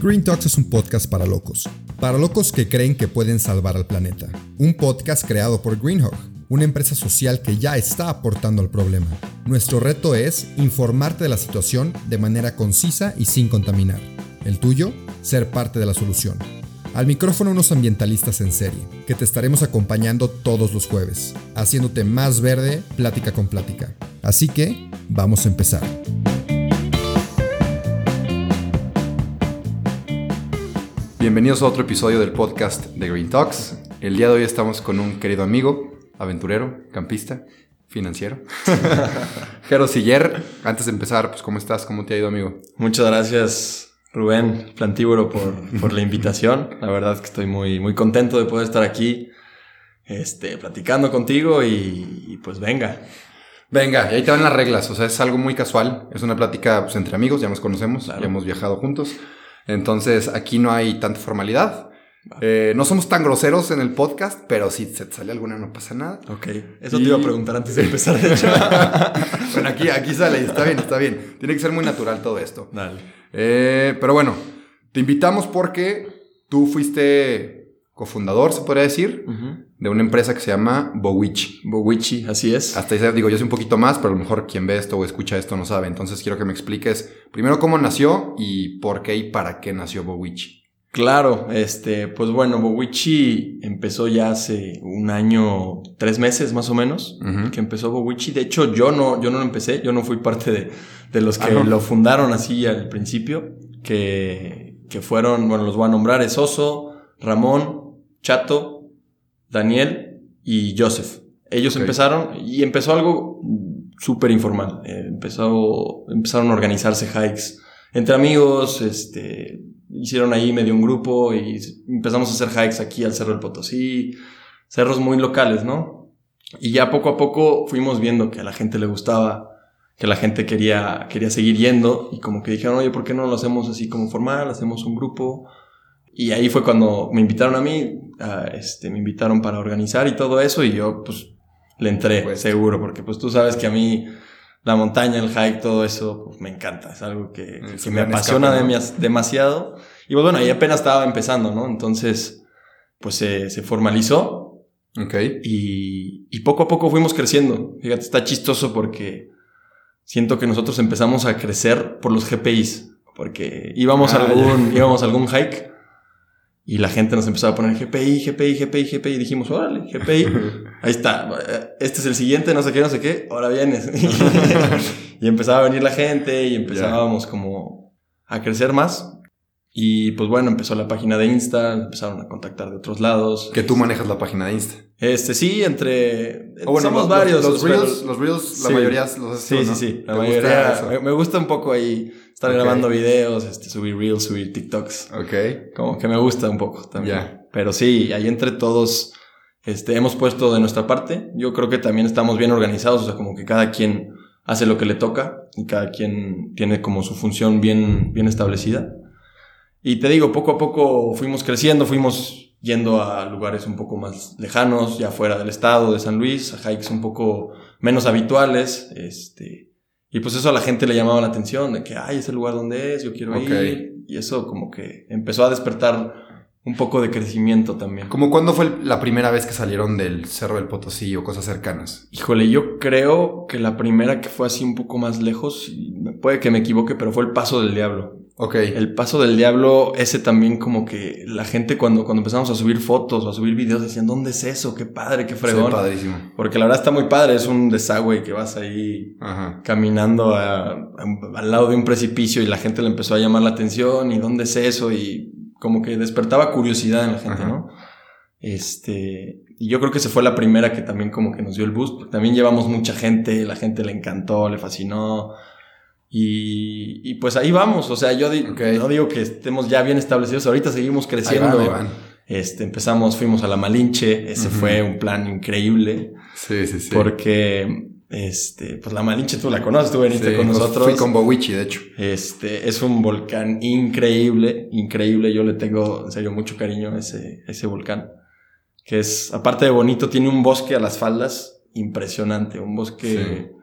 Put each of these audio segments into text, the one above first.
Green Talks es un podcast para locos que creen que pueden salvar al planeta. Un podcast creado por Greenhawk, una empresa social que ya está aportando al problema. Nuestro reto es informarte de la situación de manera concisa y sin contaminar. El tuyo, ser parte de la solución. Al micrófono unos ambientalistas en serie, que te estaremos acompañando todos los jueves, haciéndote más verde, plática con plática. Así que, vamos a empezar. Bienvenidos a otro episodio del podcast de Green Talks. El día de hoy estamos con un querido amigo, aventurero, campista, financiero, Jero Siller. Antes de empezar, pues, ¿cómo estás? ¿Cómo te ha ido, amigo? Muchas gracias, Rubén Plantíbulo, por la invitación. La verdad es que estoy muy contento de poder estar aquí platicando contigo y pues venga. Venga, y ahí te van las reglas. O sea, es algo muy casual. Es una plática pues, entre amigos, ya nos conocemos, claro. Ya hemos viajado juntos. Entonces, aquí no hay tanta formalidad. No somos tan groseros en el podcast, pero si se te sale alguna no pasa nada. Ok, eso te iba a preguntar antes de empezar, de hecho. Bueno, aquí sale, está bien. Tiene que ser muy natural todo esto. Dale. Pero bueno, te invitamos porque tú fuiste cofundador, se podría decir, de una empresa que se llama Bowichi. Bowichi, así es. Hasta ahí digo, yo sé un poquito más, pero a lo mejor quien ve esto o escucha esto no sabe. Entonces quiero que me expliques primero cómo nació y por qué y para qué nació Bowichi. Claro, pues bueno, Bowichi empezó ya hace un año, 3 meses más o menos, que empezó Bowichi. De hecho, yo no lo empecé, yo no fui parte de los que lo fundaron así al principio, que fueron, bueno, los voy a nombrar, es Oso, Ramón, Chato, Daniel y Joseph. Ellos empezaron y empezó algo súper informal. Empezaron a organizarse hikes entre amigos, hicieron ahí medio un grupo y empezamos a hacer hikes aquí al Cerro del Potosí, cerros muy locales, ¿no? Y ya poco a poco fuimos viendo que a la gente le gustaba, que la gente quería seguir yendo y como que dijeron, oye, ¿por qué no lo hacemos así como formal? Hacemos un grupo. Y ahí fue cuando me invitaron a mí, me invitaron para organizar y todo eso y yo pues le entré, pues, seguro, porque pues tú sabes que a mí la montaña, el hike, todo eso pues, me encanta, es algo que me apasiona demasiado. Y pues bueno, ahí apenas estaba empezando, ¿no? Entonces pues se formalizó. Okay. Y poco a poco fuimos creciendo. Fíjate, está chistoso porque siento que nosotros empezamos a crecer por los GPIs, porque íbamos a algún hike. Y la gente nos empezó a poner GPI. Y dijimos, órale, GPI. Ahí está. Este es el siguiente, no sé qué. Ahora vienes. Y empezaba a venir la gente y empezábamos como a crecer más. Y pues bueno, empezó la página de Insta. Empezaron a contactar de otros lados. Que tú manejas la página de Insta. Sí, somos varios. Los Reels, la mayoría los haces tú, ¿no? Sí. La mayoría. Me gusta un poco ahí estar grabando videos, subir Reels, subir TikToks. Ok. Como que me gusta un poco también. Yeah. Pero sí, ahí entre todos hemos puesto de nuestra parte. Yo creo que también estamos bien organizados, o sea, como que cada quien hace lo que le toca y cada quien tiene como su función bien establecida. Y te digo, poco a poco fuimos creciendo, fuimos yendo a lugares un poco más lejanos, ya fuera del estado de San Luis, a hikes un poco menos habituales, y pues eso a la gente le llamaba la atención, de que, ese lugar donde es, yo quiero ir, y eso como que empezó a despertar un poco de crecimiento también. ¿Cómo cuándo fue la primera vez que salieron del Cerro del Potosí o cosas cercanas? Híjole, yo creo que la primera que fue así un poco más lejos, puede que me equivoque, pero fue el Paso del Diablo. Okay. El Paso del Diablo, ese también como que la gente cuando empezamos a subir fotos o a subir videos decían, ¿dónde es eso? Qué padre, qué fregón. Sí, padrísimo. Porque la verdad está muy padre, es un desagüe que vas ahí caminando al lado de un precipicio y la gente le empezó a llamar la atención y ¿dónde es eso? Y como que despertaba curiosidad en la gente, ¿no? Y yo creo que esa fue la primera que también como que nos dio el boost, porque también llevamos mucha gente, la gente le encantó, le fascinó. Y pues ahí vamos, o sea, yo no digo que estemos ya bien establecidos, ahorita seguimos creciendo. Ahí van. Fuimos a la Malinche, ese fue un plan increíble. Sí. Porque, pues la Malinche tú la conoces, tú veniste con nosotros. Fui con Bowichi, de hecho. Es un volcán increíble, yo le tengo en serio mucho cariño a ese volcán. Que es, aparte de bonito, tiene un bosque a las faldas impresionante, un bosque... Sí.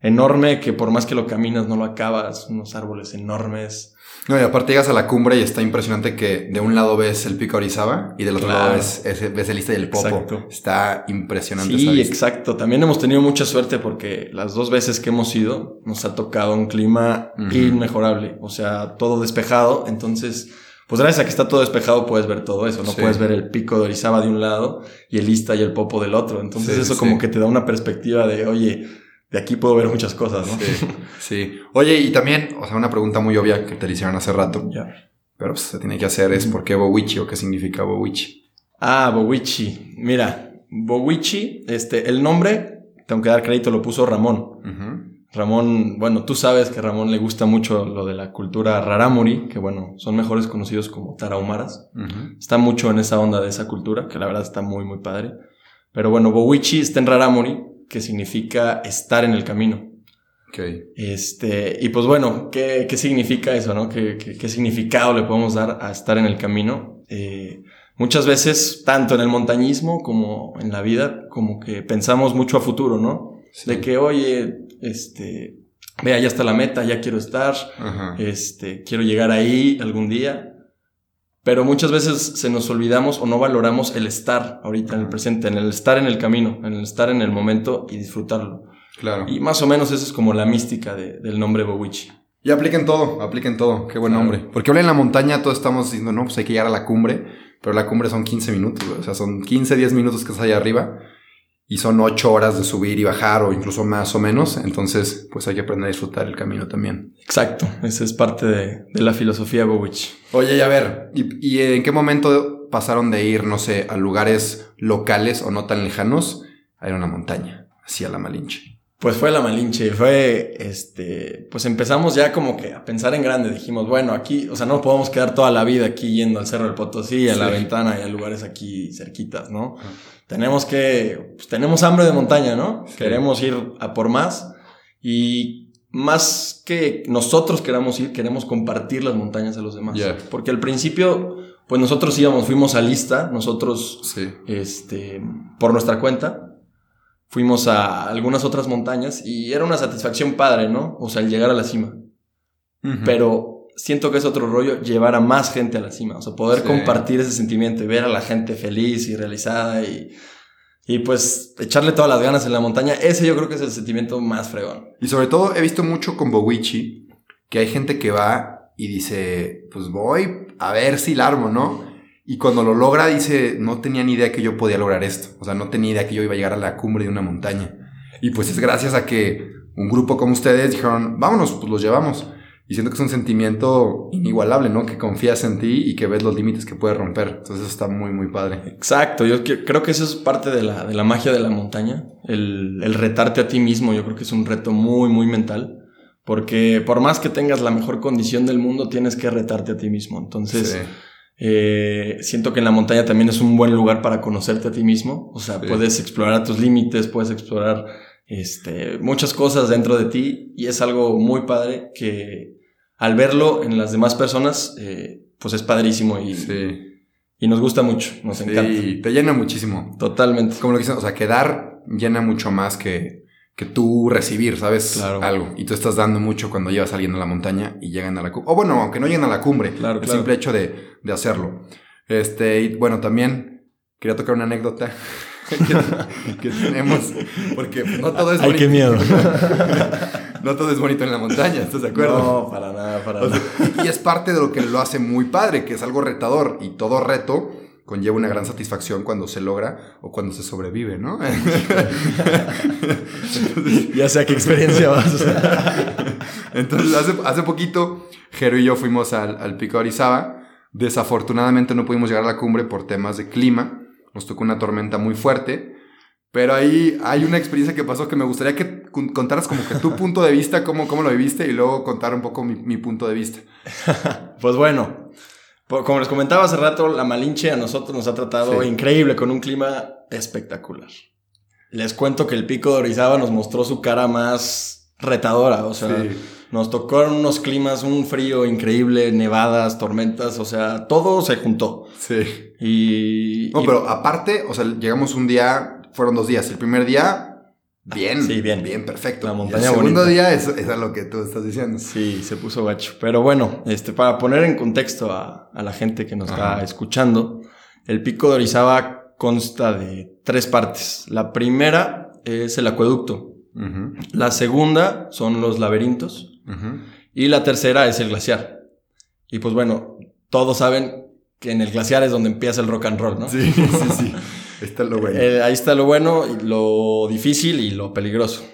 enorme que por más que lo caminas no lo acabas, unos árboles enormes. No, y aparte llegas a la cumbre y está impresionante que de un lado ves el Pico Orizaba y del otro lado ves el Ista y el Popo. Exacto. Está impresionante sí, esa vista. Exacto. También hemos tenido mucha suerte porque las 2 veces que hemos ido nos ha tocado un clima inmejorable. O sea, todo despejado. Entonces, pues gracias a que está todo despejado puedes ver todo eso. No puedes ver el Pico de Orizaba de un lado y el Ista y el Popo del otro. Entonces eso como que te da una perspectiva de, oye, de aquí puedo ver muchas cosas, ¿no? Sí. Oye, y también, o sea, una pregunta muy obvia que te la hicieron hace rato. Pero pues se tiene que hacer es ¿por qué Bowichi o qué significa Bowichi? Bowichi. Mira, Bowichi, el nombre, tengo que dar crédito, lo puso Ramón. Ramón, bueno, tú sabes que a Ramón le gusta mucho lo de la cultura rarámuri, que bueno, son mejores conocidos como tarahumaras. Está mucho en esa onda de esa cultura, que la verdad está muy, muy padre. Pero bueno, Bowichi está en rarámuri, que significa estar en el camino. Okay. Y pues bueno, ¿qué significa eso, no? ¿Qué significado le podemos dar a estar en el camino? Muchas veces, tanto en el montañismo como en la vida, como que pensamos mucho a futuro, ¿no? Sí. De que, oye, vea, ya está la meta, ya quiero estar, quiero llegar ahí algún día. Pero muchas veces se nos olvidamos o no valoramos el estar ahorita en el presente, en el estar en el camino, en el estar en el momento y disfrutarlo. Claro. Y más o menos eso es como la mística del nombre Bowichi. Y apliquen todo, qué buen nombre. Porque ahora en la montaña todos estamos diciendo, no, pues hay que llegar a la cumbre, pero la cumbre son 15 minutos, güey. O sea, son 15, 10 minutos que estás allá arriba y son 8 horas de subir y bajar o incluso más o menos. Entonces, pues hay que aprender a disfrutar el camino también. Exacto, esa es parte de la filosofía Bowichi. Oye, y a ver, ¿y en qué momento pasaron de ir, no sé, a lugares locales o no tan lejanos a ir a una montaña, así a la Malinche? Pues fue la Malinche, pues empezamos ya como que a pensar en grande, dijimos, bueno, aquí, o sea, no podemos quedar toda la vida aquí yendo al Cerro del Potosí, a la Ventana y a lugares aquí cerquitas, ¿no? Tenemos hambre de montaña, ¿no? Sí. Queremos ir a por más y más que nosotros queremos compartir las montañas a los demás. Yeah. Porque al principio, pues nosotros fuimos a Lista, nosotros, por nuestra cuenta. Fuimos a algunas otras montañas y era una satisfacción padre, ¿no? O sea, el llegar a la cima. Pero siento que es otro rollo llevar a más gente a la cima. O sea, poder compartir ese sentimiento y ver a la gente feliz y realizada y pues echarle todas las ganas en la montaña. Ese yo creo que es el sentimiento más fregón. Y sobre todo he visto mucho con Bowichi que hay gente que va y dice, pues voy a ver si la armo, ¿no? Y cuando lo logra dice, no tenía ni idea que yo podía lograr esto. O sea, no tenía idea que yo iba a llegar a la cumbre de una montaña. Y pues es gracias a que un grupo como ustedes dijeron, vámonos, pues los llevamos. Y siento que es un sentimiento inigualable, ¿no? Que confías en ti y que ves los límites que puedes romper. Entonces eso está muy, muy padre. Exacto. Yo creo que eso es parte de la magia de la montaña. El retarte a ti mismo, yo creo que es un reto muy, muy mental. Porque por más que tengas la mejor condición del mundo, tienes que retarte a ti mismo. Entonces... siento que en la montaña también es un buen lugar para conocerte a ti mismo. O sea, puedes explorar tus límites, puedes explorar muchas cosas dentro de ti y es algo muy padre que al verlo en las demás personas pues es padrísimo y nos gusta mucho, nos encanta. Y te llena muchísimo. Totalmente. Como lo que dicen, o sea, que dar llena mucho más que tú recibir, ¿sabes? Claro. Algo. Y tú estás dando mucho cuando llevas a alguien a la montaña y llegan a la cumbre. O bueno, aunque no lleguen a la cumbre. Claro, el simple hecho de hacerlo. Y bueno, también quería tocar una anécdota que tenemos. Porque no todo es bonito. Ay, qué miedo. No todo es bonito en la montaña, ¿estás de acuerdo? No, para nada. Y es parte de lo que lo hace muy padre, que es algo retador. Y todo reto conlleva una gran satisfacción cuando se logra o cuando se sobrevive, ¿no? Entonces, ya sé a qué experiencia vas. Entonces, hace poquito, Jero y yo fuimos al Pico Orizaba. Desafortunadamente no pudimos llegar a la cumbre por temas de clima. Nos tocó una tormenta muy fuerte. Pero ahí hay una experiencia que pasó que me gustaría que contaras como que tu punto de vista, cómo lo viviste y luego contar un poco mi punto de vista. Pues bueno... Como les comentaba hace rato, la Malinche a nosotros nos ha tratado increíble, con un clima espectacular. Les cuento que el Pico de Orizaba nos mostró su cara más retadora, o sea, nos tocaron unos climas, un frío increíble, nevadas, tormentas, o sea, todo se juntó. Sí. Pero aparte, o sea, llegamos un día, fueron 2 días. El primer día, bien. Sí, bien. Bien, perfecto. La montaña y el segundo bonita. día es a lo que tú estás diciendo. Sí, se puso gacho. Pero bueno, para poner en contexto a la gente que nos está escuchando, el Pico de Orizaba consta de 3 partes. La primera es el acueducto. Uh-huh. La segunda son los laberintos. Uh-huh. Y la tercera es el glaciar. Y pues bueno, todos saben que en el glaciar es donde empieza el rock and roll, ¿no? Sí. Ahí está lo bueno. Ahí está lo bueno, lo difícil y lo peligroso.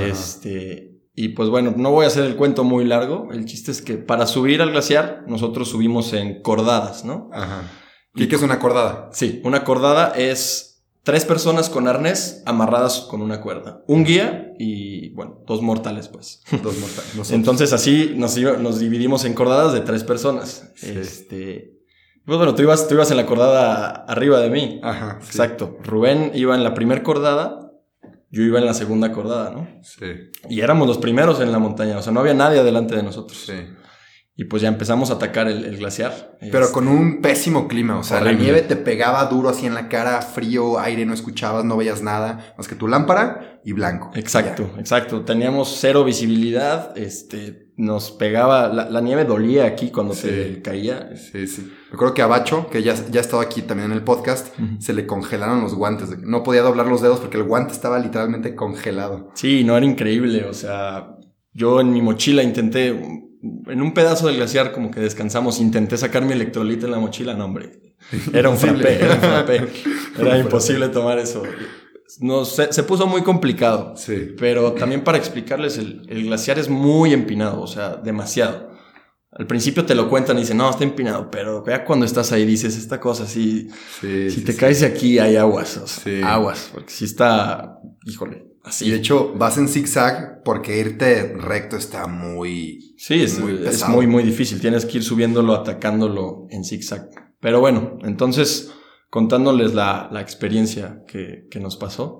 Y pues bueno, no voy a hacer el cuento muy largo. El chiste es que para subir al glaciar, nosotros subimos en cordadas, ¿no? Ajá. ¿Y qué es una cordada? Sí, una cordada es 3 personas con arnés amarradas con una cuerda. Un guía y, bueno, 2 mortales, pues. 2 mortales. Nosotros. Entonces así nos dividimos en cordadas de 3 personas. Sí. Pues bueno, tú ibas en la cordada arriba de mí. Ajá. Exacto. Sí. Rubén iba en la primer cordada, yo iba en la segunda cordada, ¿no? Sí. Y éramos los primeros en la montaña, o sea, no había nadie delante de nosotros. Sí. Y pues ya empezamos a atacar el glaciar. Pero con un pésimo clima, o sea, horrible. La nieve te pegaba duro así en la cara, frío, aire, no escuchabas, no veías nada, más que tu lámpara y blanco. Exacto. Teníamos 0 visibilidad, nos pegaba, la nieve dolía aquí cuando te caía. Sí. Me acuerdo que a Bacho, que ya ha estado aquí también en el podcast, se le congelaron los guantes. No podía doblar los dedos porque el guante estaba literalmente congelado. Sí, no, era increíble, o sea, yo en mi mochila intenté, en un pedazo del glaciar como que descansamos, intenté sacar mi electrolito en la mochila, no hombre, era un frappé, era imposible tomar eso. Se puso muy complicado, sí. Pero también para explicarles, el glaciar es muy empinado, o sea, demasiado. Al principio te lo cuentan y dicen, no, está empinado, pero ya cuando estás ahí dices esta cosa, si te caes de aquí hay aguas, o sea, aguas, porque si está, híjole, así. Y de hecho vas en zigzag porque irte recto está muy... Sí, es muy, muy difícil, tienes que ir subiéndolo, atacándolo en zigzag. Pero bueno, entonces... contándoles la experiencia que nos pasó.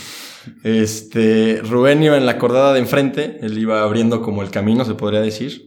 Rubén iba en la cordada de enfrente, él iba abriendo como el camino, se podría decir.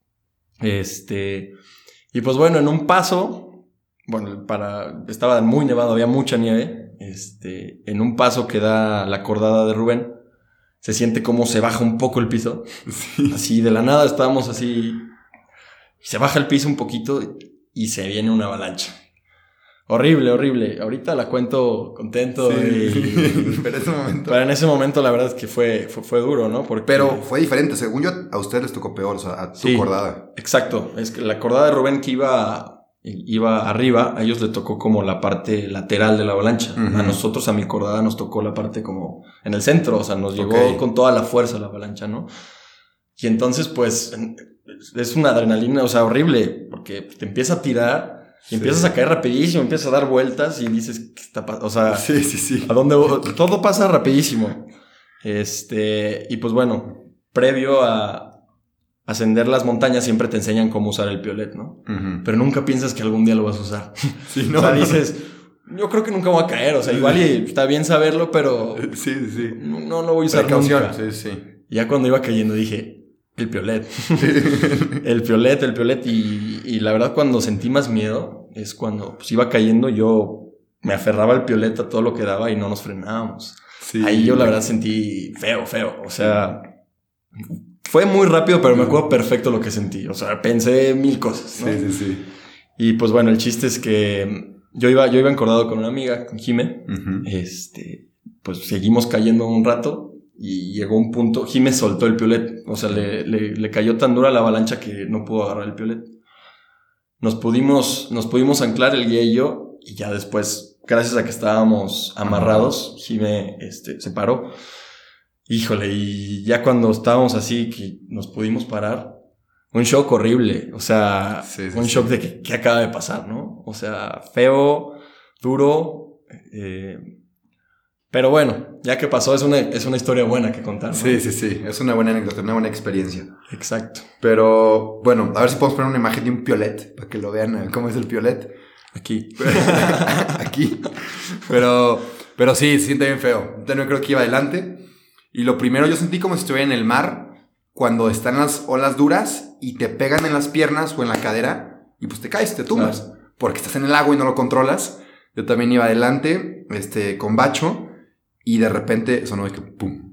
Y pues bueno, en un paso, bueno, estaba muy nevado, había mucha nieve. En un paso que da la cordada de Rubén, se siente como se baja un poco el piso. Sí. Así de la nada estábamos así, se baja el piso un poquito y se viene una avalancha. Horrible. Ahorita la cuento contento. Sí. Pero en ese momento la verdad es que fue duro, ¿no? Pero fue diferente. Según yo, a ustedes les tocó peor, o sea, a tu cordada. Exacto. Es que la cordada de Rubén que iba arriba, a ellos le tocó como la parte lateral de la avalancha. Uh-huh. A nosotros, a mi cordada, nos tocó la parte como en el centro. O sea, nos llegó con toda la fuerza la avalancha, ¿no? Y entonces, pues, es una adrenalina, o sea, horrible. Porque te empieza a tirar... Y empiezas a caer rapidísimo, empiezas a dar vueltas y dices, ¿qué está pasando? O sea, sí. ¿a dónde voy? Todo pasa rapidísimo. Y pues bueno, previo a ascender las montañas siempre te enseñan cómo usar el piolet, ¿no? Uh-huh. Pero nunca piensas que algún día lo vas a usar. Sí, no. O sea, dices, yo creo que nunca voy a caer. O sea, igual y está bien saberlo, pero... Sí. No lo voy a usar nunca. Sí. Ya cuando iba cayendo dije... El piolet. el piolet. Y la verdad, cuando sentí más miedo, es cuando pues, iba cayendo, yo me aferraba al piolet a todo lo que daba y no nos frenábamos. Sí. Ahí yo la verdad sentí feo. O sea, fue muy rápido, pero me acuerdo perfecto lo que sentí. O sea, pensé 1000 cosas, ¿no? Sí. Y pues bueno, el chiste es que yo iba encordado con una amiga, con Jime. Uh-huh. Pues seguimos cayendo un rato. Y llegó un punto, Jimé soltó el piolet, o sea, le cayó tan dura la avalancha que no pudo agarrar el piolet. Nos pudimos anclar el guía y yo, y ya después, gracias a que estábamos amarrados, Jimé se paró. Híjole, y ya cuando estábamos así, que nos pudimos parar, un shock horrible, o sea, un shock de que acaba de pasar, ¿no? O sea, feo, duro, pero bueno, ya que pasó, es una historia buena que contar, ¿no? Sí. Es una buena anécdota, una buena experiencia. Exacto. Pero, bueno, a ver si podemos poner una imagen de un piolet, para que lo vean cómo es el piolet. Aquí. Aquí. Pero sí, se siente bien feo. También creo que iba adelante. Y lo primero, yo sentí como si estuviera en el mar, cuando están las olas duras y te pegan en las piernas o en la cadera, y pues te caes, te tumbas. Claro. Porque estás en el agua y no lo controlas. Yo también iba adelante, con Bacho. y de repente sonó de que ¡pum!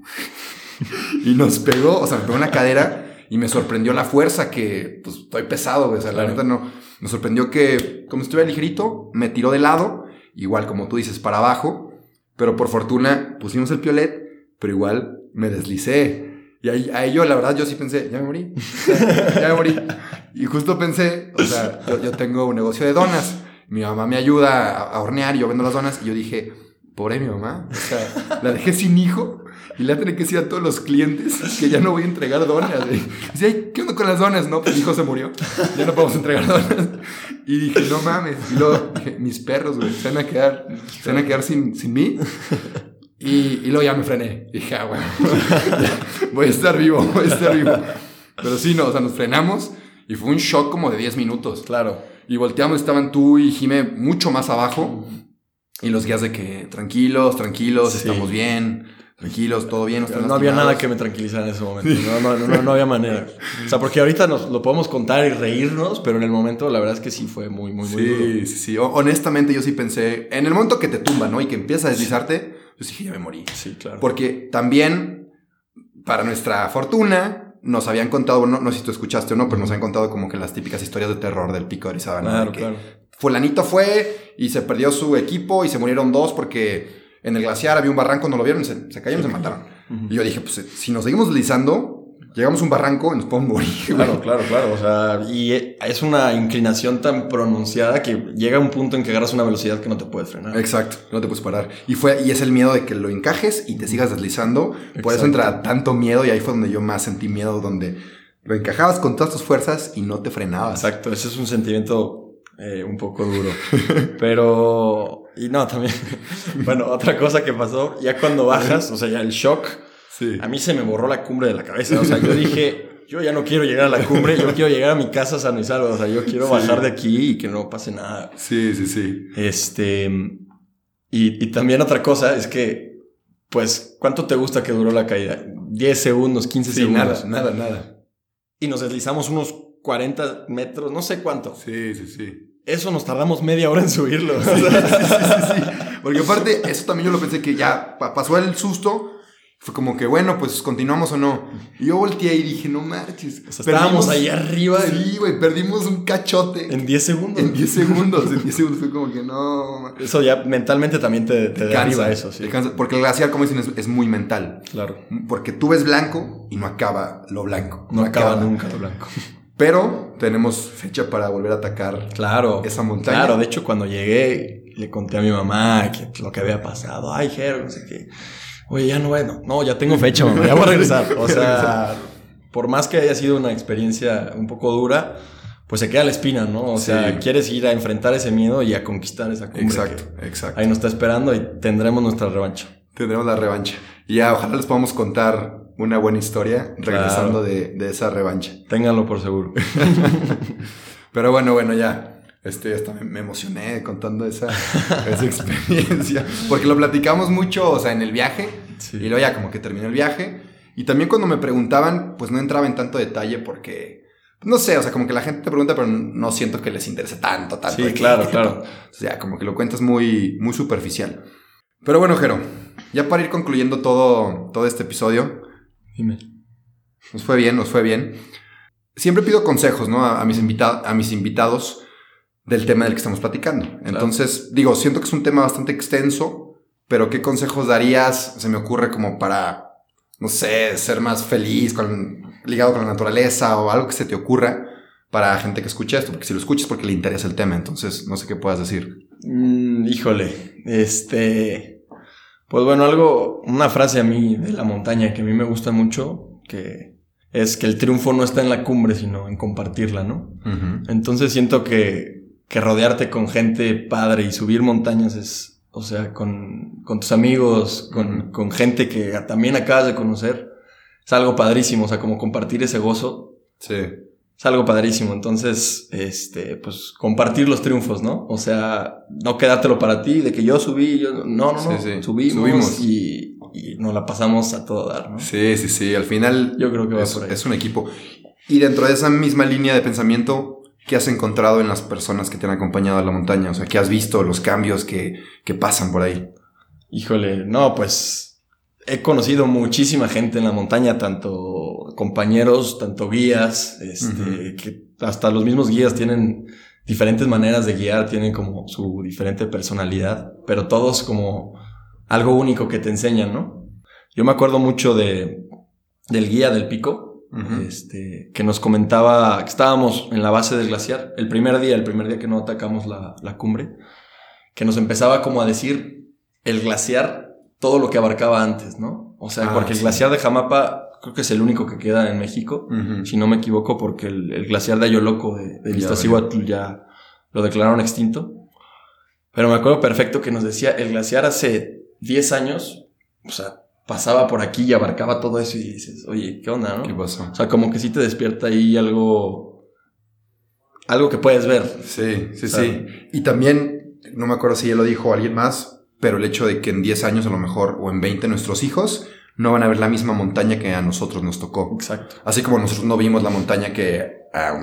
Y nos pegó, o sea, me pegó en la cadera y me sorprendió la fuerza que, pues, estoy pesado, güey. O sea, la neta no. Me sorprendió que, como estuviera ligerito, me tiró de lado, igual como tú dices, para abajo, pero por fortuna pusimos el piolet, pero igual me deslicé. Y ahí yo, la verdad, yo sí pensé, ya me morí. Ya me morí. Y justo pensé, o sea, yo tengo un negocio de donas. Mi mamá me ayuda a hornear y yo vendo las donas. Y yo dije, pobre mi mamá. O sea, la dejé sin hijo y le voy a tener que decir a todos los clientes que ya no voy a entregar donas. Dice, ay, ¿qué onda con las donas? No, pues mi hijo se murió. Ya no podemos entregar donas. Y dije, no mames. Y luego dije, mis perros, güey, se van a quedar sin mí. Y luego ya me frené. Dije, bueno, voy a estar vivo. Pero sí, no, o sea, nos frenamos y fue un shock como de 10 minutos. Claro. Y volteamos, estaban tú y Jime mucho más abajo. Y los guías de que, tranquilos, sí. Estamos bien, tranquilos, todo bien. No había nada que me tranquilizara en ese momento. No había manera. O sea, porque ahorita nos lo podemos contar y reírnos, pero en el momento la verdad es que sí fue muy duro. Sí. Honestamente yo sí pensé, en el momento que te tumba, ¿no? Y que empieza a deslizarte, yo dije, ya me morí. Sí, claro. Porque también, para nuestra fortuna, nos habían contado, no sé si tú escuchaste o no, pero nos habían contado como que las típicas historias de terror del Pico de Orizaba, ¿no? Claro. Fulanito fue y se perdió su equipo y se murieron 2 porque en el glaciar había un barranco, no lo vieron, se cayeron y se mataron. Uh-huh. Y yo dije, pues si nos seguimos deslizando, llegamos a un barranco y nos podemos morir. Claro. O sea, y es una inclinación tan pronunciada que llega a un punto en que agarras una velocidad que no te puedes frenar. Exacto, no te puedes parar. Y es el miedo de que lo encajes y te sigas deslizando. Exacto. Por eso entra tanto miedo y ahí fue donde yo más sentí miedo, donde lo encajabas con todas tus fuerzas y no te frenabas. Exacto, ese es un sentimiento un poco duro. Pero... Y no, también... Bueno, otra cosa que pasó, ya cuando bajas, o sea, ya el shock... Sí. A mí se me borró la cumbre de la cabeza. O sea, yo dije, yo ya no quiero llegar a la cumbre, yo quiero llegar a mi casa sano y salvo. O sea, yo quiero bajar de aquí y que no pase nada. Sí. Y también otra cosa es que, pues, ¿cuánto te gusta que duró la caída? 10 segundos, 15 segundos. Nada. Y nos deslizamos unos 40 metros, no sé cuánto. Sí. Eso nos tardamos media hora en subirlo. Sí. Porque aparte, eso también yo lo pensé que ya pasó el susto. Fue como que, bueno, pues continuamos o no. Y yo volteé y dije, no marches. O sea, estábamos ahí arriba. Sí, güey, perdimos un cachote. En 10 segundos. En 10 segundos fue como que no. Eso ya mentalmente también te derriba eso, sí. Te cansa, porque el glaciar, como dicen, es muy mental. Claro. Porque tú ves blanco y no acaba lo blanco. No acaba nunca lo blanco. Pero tenemos fecha para volver a atacar esa montaña. Claro, de hecho, cuando llegué, le conté a mi mamá lo que había pasado. Ay, Jero, no sé qué. Oye, ya no, bueno, no, ya tengo fecha, mamá, ya voy a regresar. O sea, por más que haya sido una experiencia un poco dura, pues se queda la espina, ¿no? O sea, quieres ir a enfrentar ese miedo y a conquistar esa cumbre. Exacto. Ahí nos está esperando y tendremos nuestra revancha. Tendremos la revancha. Y ya, ojalá les podamos contar una buena historia regresando de esa revancha. Ténganlo por seguro. Pero bueno, ya. Hasta me emocioné contando esa experiencia. Porque lo platicamos mucho, o sea, en el viaje. Sí. Y luego ya como que terminó el viaje. Y también cuando me preguntaban, pues no entraba en tanto detalle porque... No sé, o sea, como que la gente te pregunta, pero no siento que les interese tanto. Sí, claro. O sea, como que lo cuentas muy, muy superficial. Pero bueno, Jero, ya para ir concluyendo todo este episodio. Dime. Nos fue bien. Siempre pido consejos, ¿no? A mis invitados del tema del que estamos platicando. Claro. Entonces, siento que es un tema bastante extenso, pero ¿qué consejos darías? Se me ocurre como para, no sé, ser más feliz, ligado con la naturaleza o algo que se te ocurra para gente que escuche esto, porque si lo escuchas es porque le interesa el tema, entonces no sé qué puedas decir. Híjole, pues bueno, una frase a mí de la montaña que a mí me gusta mucho, que es que el triunfo no está en la cumbre, sino en compartirla, ¿no? Uh-huh. Entonces siento que rodearte con gente padre y subir montañas es, o sea, con tus amigos, con gente que también acabas de conocer, es algo padrísimo, o sea, como compartir ese gozo. Sí. Es algo padrísimo, entonces, pues, compartir los triunfos, ¿no? O sea, no quedártelo para ti, de que yo subí, no, sí. subimos y nos la pasamos a todo dar, ¿no? Sí, al final yo creo que va por ahí. Es un equipo. Y dentro de esa misma línea de pensamiento, ¿qué has encontrado en las personas que te han acompañado a la montaña? O sea, ¿qué has visto, los cambios que pasan por ahí? Híjole, no, pues he conocido muchísima gente en la montaña, tanto compañeros, tanto guías, que hasta los mismos guías tienen diferentes maneras de guiar, tienen como su diferente personalidad, pero todos como algo único que te enseñan, ¿no? Yo me acuerdo mucho del guía del pico, que nos comentaba que estábamos en la base del glaciar, el primer día que no atacamos la cumbre, que nos empezaba como a decir el glaciar, todo lo que abarcaba antes, ¿no? O sea, porque el glaciar de Jamapa creo que es el único que queda en México, si no me equivoco, porque el glaciar de Ayoloco de Iztaccíhuatl ya lo declararon extinto. Pero me acuerdo perfecto que nos decía, el glaciar hace 10 años, o sea, pasaba por aquí y abarcaba todo eso y dices, oye, ¿qué onda, no? ¿Qué pasó? O sea, como que sí te despierta ahí algo que puedes ver. Sí. Y también, no me acuerdo si ya lo dijo alguien más, pero el hecho de que en 10 años a lo mejor, o en 20, nuestros hijos no van a ver la misma montaña que a nosotros nos tocó. Exacto. Así como nosotros no vimos la montaña que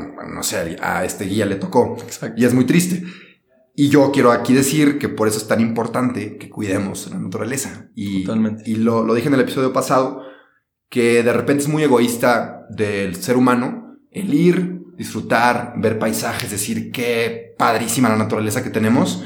a este guía le tocó. Exacto. Y es muy triste. Y yo quiero aquí decir que por eso es tan importante que cuidemos la naturaleza. Totalmente. Y lo dije en el episodio pasado, que de repente es muy egoísta del ser humano el ir, disfrutar, ver paisajes, decir qué padrísima la naturaleza que tenemos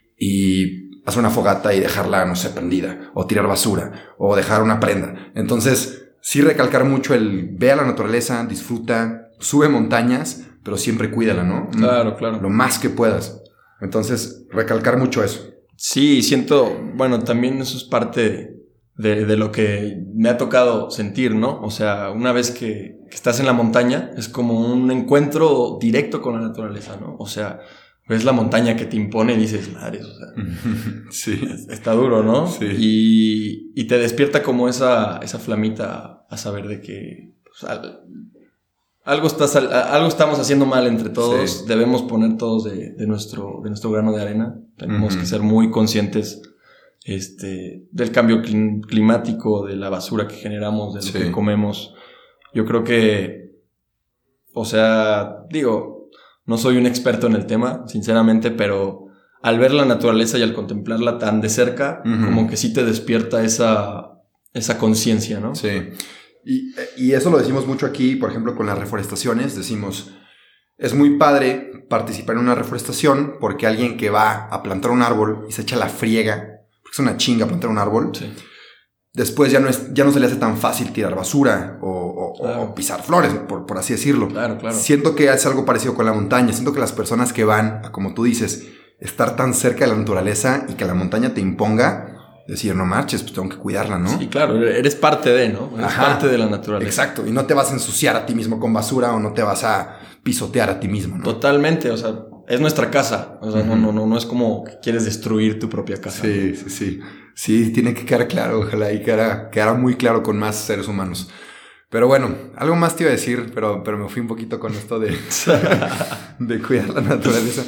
y hacer una fogata y dejarla, no sé, prendida, o tirar basura, o dejar una prenda. Entonces, sí recalcar mucho el ve a la naturaleza, disfruta, sube montañas, pero siempre cuídala, ¿no? Claro. Lo más que puedas. Entonces, recalcar mucho eso. Sí, siento, bueno, también eso es parte de lo que me ha tocado sentir, ¿no? O sea, una vez que estás en la montaña, es como un encuentro directo con la naturaleza, ¿no? O sea, ves la montaña que te impone y dices, madre, o sea, sí. Está duro, ¿no? Sí. Y te despierta como esa flamita a saber de que pues, algo estamos haciendo mal entre todos. Sí. Debemos poner todos de nuestro grano de arena. Tenemos que ser muy conscientes del cambio climático, de la basura que generamos, de lo que comemos. Yo creo que, o sea, digo, no soy un experto en el tema, sinceramente, pero al ver la naturaleza y al contemplarla tan de cerca, como que sí te despierta esa conciencia, ¿no? Sí. Y eso lo decimos mucho aquí, por ejemplo, con las reforestaciones. Decimos, es muy padre participar en una reforestación porque alguien que va a plantar un árbol y se echa la friega, porque es una chinga plantar un árbol, después ya no se le hace tan fácil tirar basura o pisar flores, por así decirlo. Claro. Siento que es algo parecido con la montaña. Siento que las personas que van, como tú dices, estar tan cerca de la naturaleza y que la montaña te imponga, decir, no marches, pues tengo que cuidarla, ¿no? Sí, claro, eres parte de, ¿no? Eres parte de la naturaleza. Exacto, y no te vas a ensuciar a ti mismo con basura o no te vas a pisotear a ti mismo, ¿no? Totalmente, o sea, es nuestra casa, o sea, no es como que quieres destruir tu propia casa. Sí, tiene que quedar claro, ojalá y quedara muy claro con más seres humanos. Pero bueno, algo más te iba a decir, pero me fui un poquito con esto de cuidar la naturaleza.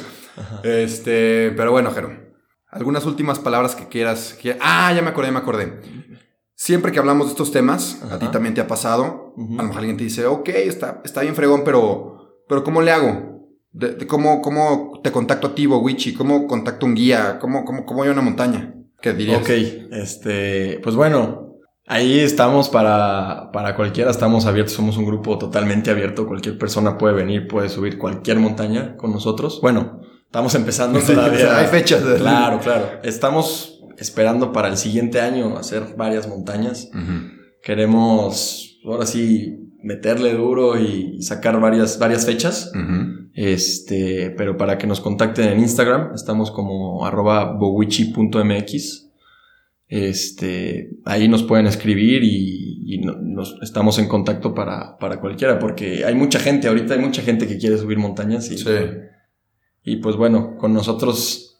Pero bueno, Jero, algunas últimas palabras que quieras. Ya me acordé. Siempre que hablamos de estos temas, a ti también te ha pasado. A lo mejor alguien te dice, ok, está bien fregón, pero ¿cómo le hago? ¿Cómo te contacto a ti, Bowichi? ¿Cómo contacto a un guía? ¿Cómo voy a una montaña? ¿Qué dirías? Ok, pues bueno, ahí estamos para cualquiera, estamos abiertos, somos un grupo totalmente abierto, cualquier persona puede venir, puede subir cualquier montaña con nosotros. Bueno, estamos empezando todavía. Hay fechas. Claro. Estamos esperando para el siguiente año hacer varias montañas. Queremos, ahora sí, meterle duro y sacar varias fechas. Pero para que nos contacten en Instagram, estamos como @bowichi.mx. Ahí nos pueden escribir y estamos en contacto para cualquiera, porque hay mucha gente que quiere subir montañas y pues bueno, con nosotros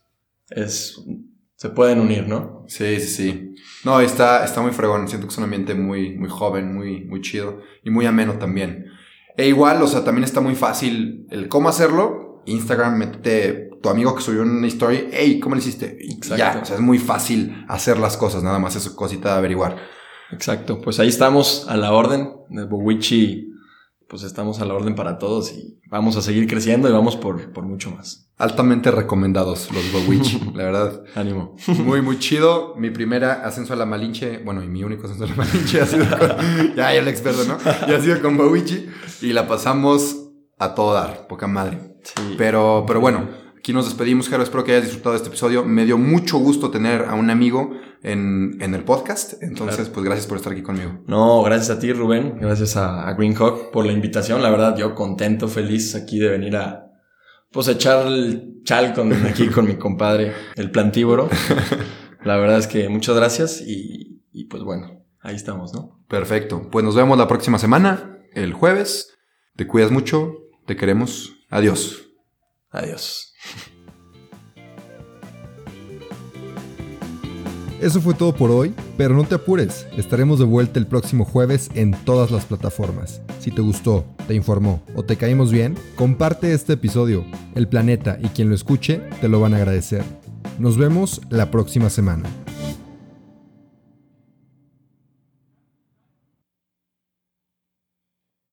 se pueden unir, ¿no? Sí. No, está muy fregón. Siento que es un ambiente muy, muy joven, muy, muy chido y muy ameno también. E igual, o sea, también está muy fácil el cómo hacerlo. Instagram, métete tu amigo que subió una story. Hey, ¿cómo le hiciste? Exacto. Ya, o sea, es muy fácil hacer las cosas, nada más es cosita de averiguar. Exacto, pues ahí estamos a la orden. Bowichi pues estamos a la orden para todos y vamos a seguir creciendo y vamos por mucho más. Altamente recomendados los Bowichi, la verdad. Ánimo. Muy, muy chido. Mi primera ascenso a la Malinche, bueno, y mi único ascenso a la Malinche ha sido con... ya el experto, ¿no? Ya ha sido con Bowichi y la pasamos a todo dar, poca madre. Sí. Pero bueno, aquí nos despedimos, Jaro. Espero que hayas disfrutado de este episodio. Me dio mucho gusto tener a un amigo en el podcast. Entonces, claro. Pues gracias por estar aquí conmigo. No, gracias a ti, Rubén. Gracias a Greenhawk por la invitación. La verdad, yo contento, feliz aquí de venir a pues echar el chal aquí con mi compadre, el plantívoro. La verdad es que muchas gracias y pues bueno, ahí estamos, ¿no? Perfecto. Pues nos vemos la próxima semana, el jueves. Te cuidas mucho, te queremos. Adiós. Adiós. Eso fue todo por hoy, pero no te apures, estaremos de vuelta el próximo jueves en todas las plataformas. Si te gustó, te informó o te caímos bien, comparte este episodio. El planeta y quien lo escuche te lo van a agradecer. Nos vemos la próxima semana.